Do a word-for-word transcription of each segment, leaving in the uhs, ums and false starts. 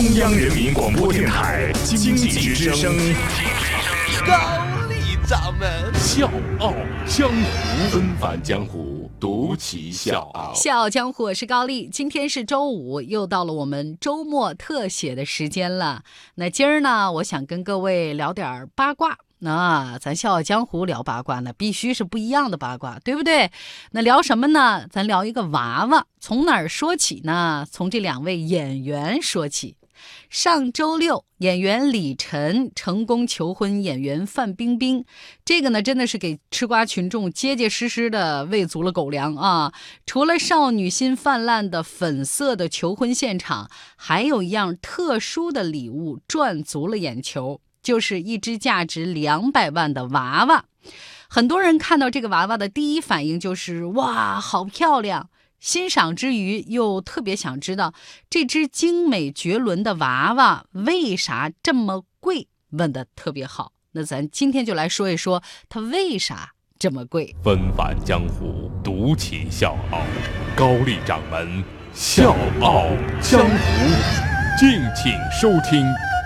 央人民广播电台经济之声， 高丽掌门笑傲江湖，纷繁江湖，独骑笑傲。 笑傲江湖，我是高丽。今天是周五，又到了我们周末特写的时间了。那今儿呢，我想跟各位聊点八卦。那咱笑傲江湖聊八卦呢，必须是不一样的八卦，对不对？那聊什么呢？咱聊一个娃娃。从哪儿说起呢？从这两位演员说起。上周六，演员李晨成功求婚演员范冰冰，这个呢真的是给吃瓜群众结结实实的喂足了狗粮啊！除了少女心泛滥的粉色的求婚现场，还有一样特殊的礼物赚足了眼球，就是一只价值两百万的娃娃。很多人看到这个娃娃的第一反应就是哇，好漂亮！欣赏之余又特别想知道这只精美绝伦的娃娃为啥这么贵，问得特别好。那咱今天就来说一说它为啥这么贵。 纷繁江湖，独骑笑傲，高丽掌门笑傲江湖，敬请收听。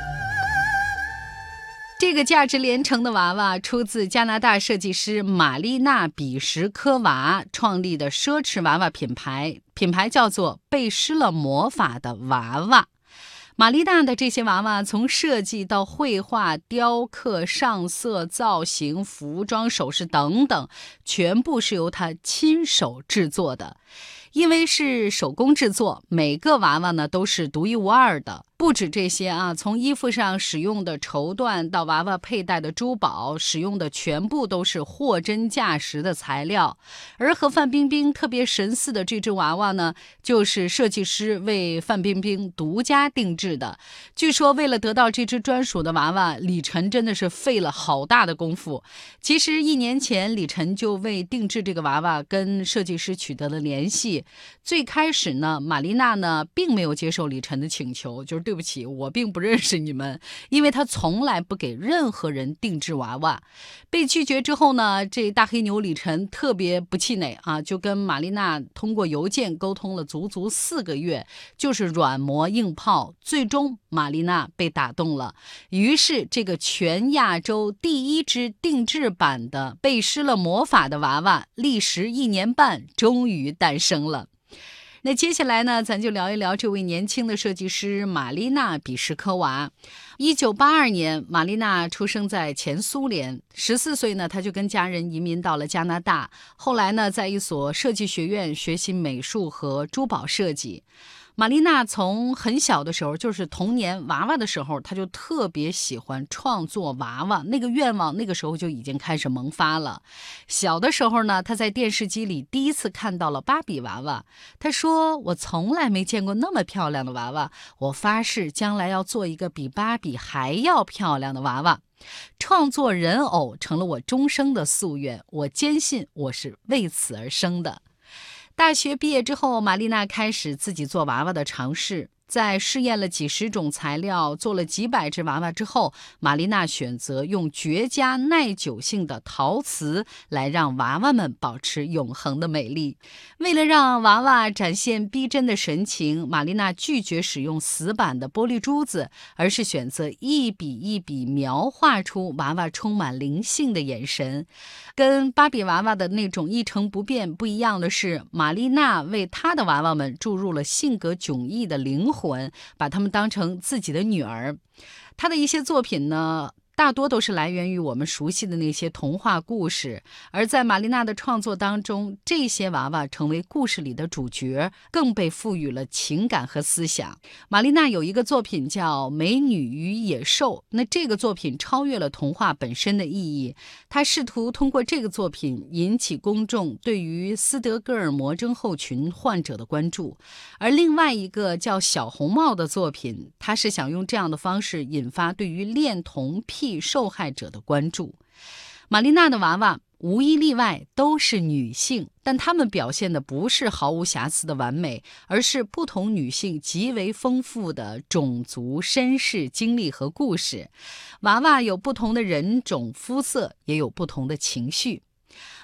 这个价值连城的娃娃出自加拿大设计师玛丽娜·比什科娃创立的奢侈娃娃品牌，品牌叫做被施了魔法的娃娃。玛丽娜的这些娃娃从设计到绘画、雕刻、上色、造型、服装、首饰等等，全部是由她亲手制作的。因为是手工制作，每个娃娃呢都是独一无二的。不止这些啊，从衣服上使用的绸缎到娃娃佩戴的珠宝，使用的全部都是货真价实的材料。而和范冰冰特别神似的这只娃娃呢，就是设计师为范冰冰独家定制的。据说为了得到这只专属的娃娃，李晨真的是费了好大的功夫。其实一年前，李晨就为定制这个娃娃跟设计师取得了联系。最开始呢，玛丽娜呢并没有接受李晨的请求，就是对不起，我并不认识你们，因为他从来不给任何人定制娃娃。被拒绝之后呢，这大黑牛李晨特别不气馁啊，就跟玛丽娜通过邮件沟通了足足四个月，就是软磨硬泡，最终玛丽娜被打动了。于是这个全亚洲第一只定制版的被施了魔法的娃娃，历时一年半，终于诞生了。那接下来呢，咱就聊一聊这位年轻的设计师玛丽娜·比什科娃。一九八二年，玛丽娜出生在前苏联，十四岁呢，她就跟家人移民到了加拿大。后来呢，在一所设计学院学习美术和珠宝设计。玛丽娜从很小的时候，就是童年娃娃的时候，她就特别喜欢创作娃娃，那个愿望那个时候就已经开始萌发了。小的时候呢，她在电视机里第一次看到了芭比娃娃，她说我从来没见过那么漂亮的娃娃，我发誓将来要做一个比芭比还要漂亮的娃娃。创作人偶成了我终生的夙愿，我坚信我是为此而生的。大学毕业之后，玛丽娜开始自己做娃娃的尝试。在试验了几十种材料，做了几百只娃娃之后，玛丽娜选择用绝佳耐久性的陶瓷来让娃娃们保持永恒的美丽。为了让娃娃展现逼真的神情，玛丽娜拒绝使用死板的玻璃珠子，而是选择一笔一笔描画出娃娃充满灵性的眼神。跟芭比娃娃的那种一成不变不一样的是，玛丽娜为她的娃娃们注入了性格迥异的灵魂，把她们当成自己的女儿。她的一些作品呢，大多都是来源于我们熟悉的那些童话故事，而在玛丽娜的创作当中，这些娃娃成为故事里的主角，更被赋予了情感和思想。玛丽娜有一个作品叫《美女与野兽》，那这个作品超越了童话本身的意义，她试图通过这个作品引起公众对于斯德哥尔摩症候群患者的关注。而另外一个叫小红帽的作品，她是想用这样的方式引发对于恋童癖受害者的关注。玛丽娜的娃娃无一例外都是女性，但她们表现的不是毫无瑕疵的完美，而是不同女性极为丰富的种族、身世、经历和故事。娃娃有不同的人种、肤色，也有不同的情绪。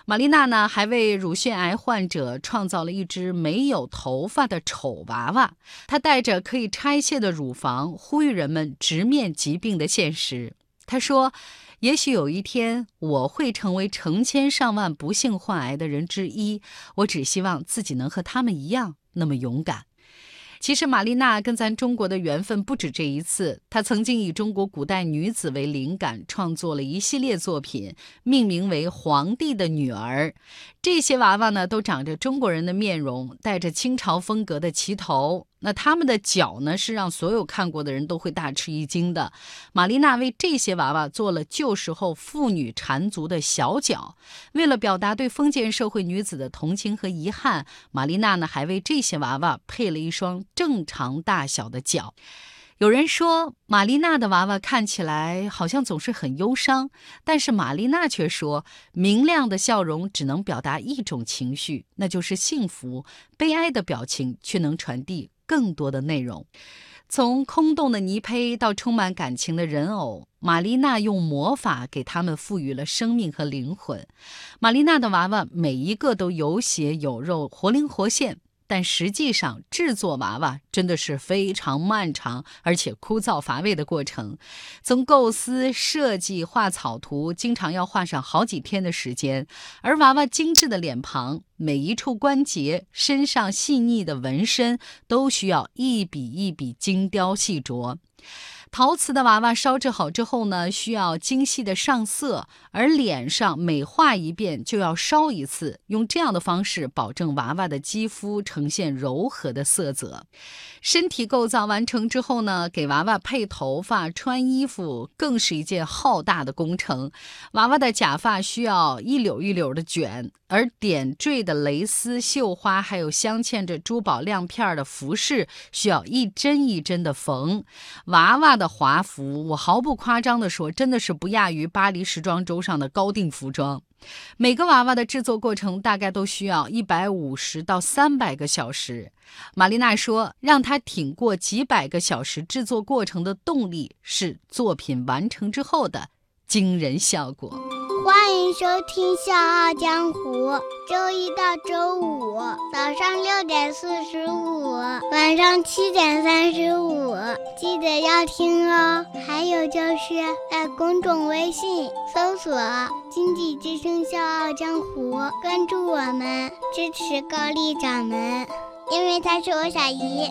玛丽娜呢，还为乳腺癌患者创造了一只没有头发的丑娃娃。她带着可以拆卸的乳房，呼吁人们直面疾病的现实。她说，也许有一天我会成为成千上万不幸患癌的人之一，我只希望自己能和他们一样那么勇敢。其实玛丽娜跟咱中国的缘分不止这一次，她曾经以中国古代女子为灵感，创作了一系列作品，命名为《皇帝的女儿》。这些娃娃呢，都长着中国人的面容，戴着清朝风格的旗头。那他们的脚呢，是让所有看过的人都会大吃一惊的。玛丽娜为这些娃娃做了旧时候妇女缠足的小脚。为了表达对封建社会女子的同情和遗憾，玛丽娜呢还为这些娃娃配了一双正常大小的脚。有人说玛丽娜的娃娃看起来好像总是很忧伤，但是玛丽娜却说，明亮的笑容只能表达一种情绪，那就是幸福，悲哀的表情却能传递更多的内容。从空洞的泥胚到充满感情的人偶，玛丽娜用魔法给他们赋予了生命和灵魂。玛丽娜的娃娃每一个都有血有肉，活灵活现，但实际上制作娃娃真的是非常漫长而且枯燥乏味的过程。从构思、设计、画草图，经常要画上好几天的时间。而娃娃精致的脸庞，每一处关节，身上细腻的纹身，都需要一笔一笔精雕细琢。陶瓷的娃娃烧制好之后呢，需要精细的上色，而脸上每画一遍就要烧一次，用这样的方式保证娃娃的肌肤呈现柔和的色泽。身体构造完成之后呢，给娃娃配头发、穿衣服更是一件浩大的工程。娃娃的假发需要一绺一绺的卷，而点缀的蕾丝、绣花，还有镶嵌着珠宝亮片的服饰，需要一针一针的缝。娃娃的华服，我毫不夸张地说，真的是不亚于巴黎时装周上的高定服装。每个娃娃的制作过程大概都需要一百五十到三百个小时。玛丽娜说，让她挺过几百个小时制作过程的动力是作品完成之后的惊人效果。 欢迎收听《笑傲江湖》，周一到周五早上六点四十五，晚上七点三十五，记得要听哦。还有就是在公众微信搜索“经济之声笑傲江湖”，关注我们，支持高丽掌门，因为他是我小姨。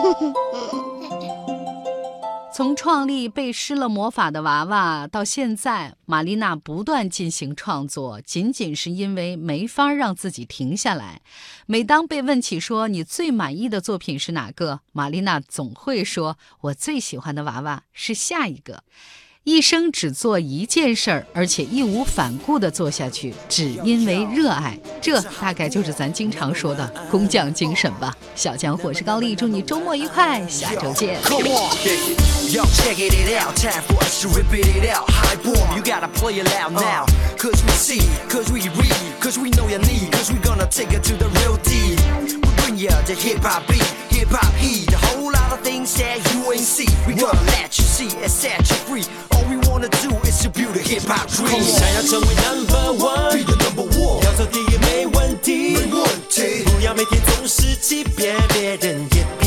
从创立被施了魔法的娃娃到现在，玛丽娜不断进行创作，仅仅是因为没法让自己停下来。每当被问起说你最满意的作品是哪个，玛丽娜总会说，我最喜欢的娃娃是下一个。一生只做一件事儿，而且义无反顾地做下去，只因为热爱，这大概就是咱经常说的工匠精神吧。小江湖是高丽，祝你周末愉快，下周见。 Yo, check it out, time for us to rip it out. High boom, you gotta play it loud now. Cause we see, cause we read, cause we know you need, cause we gonna take it to the real deep. We bring you the hip-hop beat, hip-hop heat, a whole lot of things that you ain't see. We gonna let you see and set you free. All we wanna do is to build a hip-hop dream. 想要成为 number one, be the number one. 要做第一没问题， 没问题。 不要每天总是欺骗别人，也别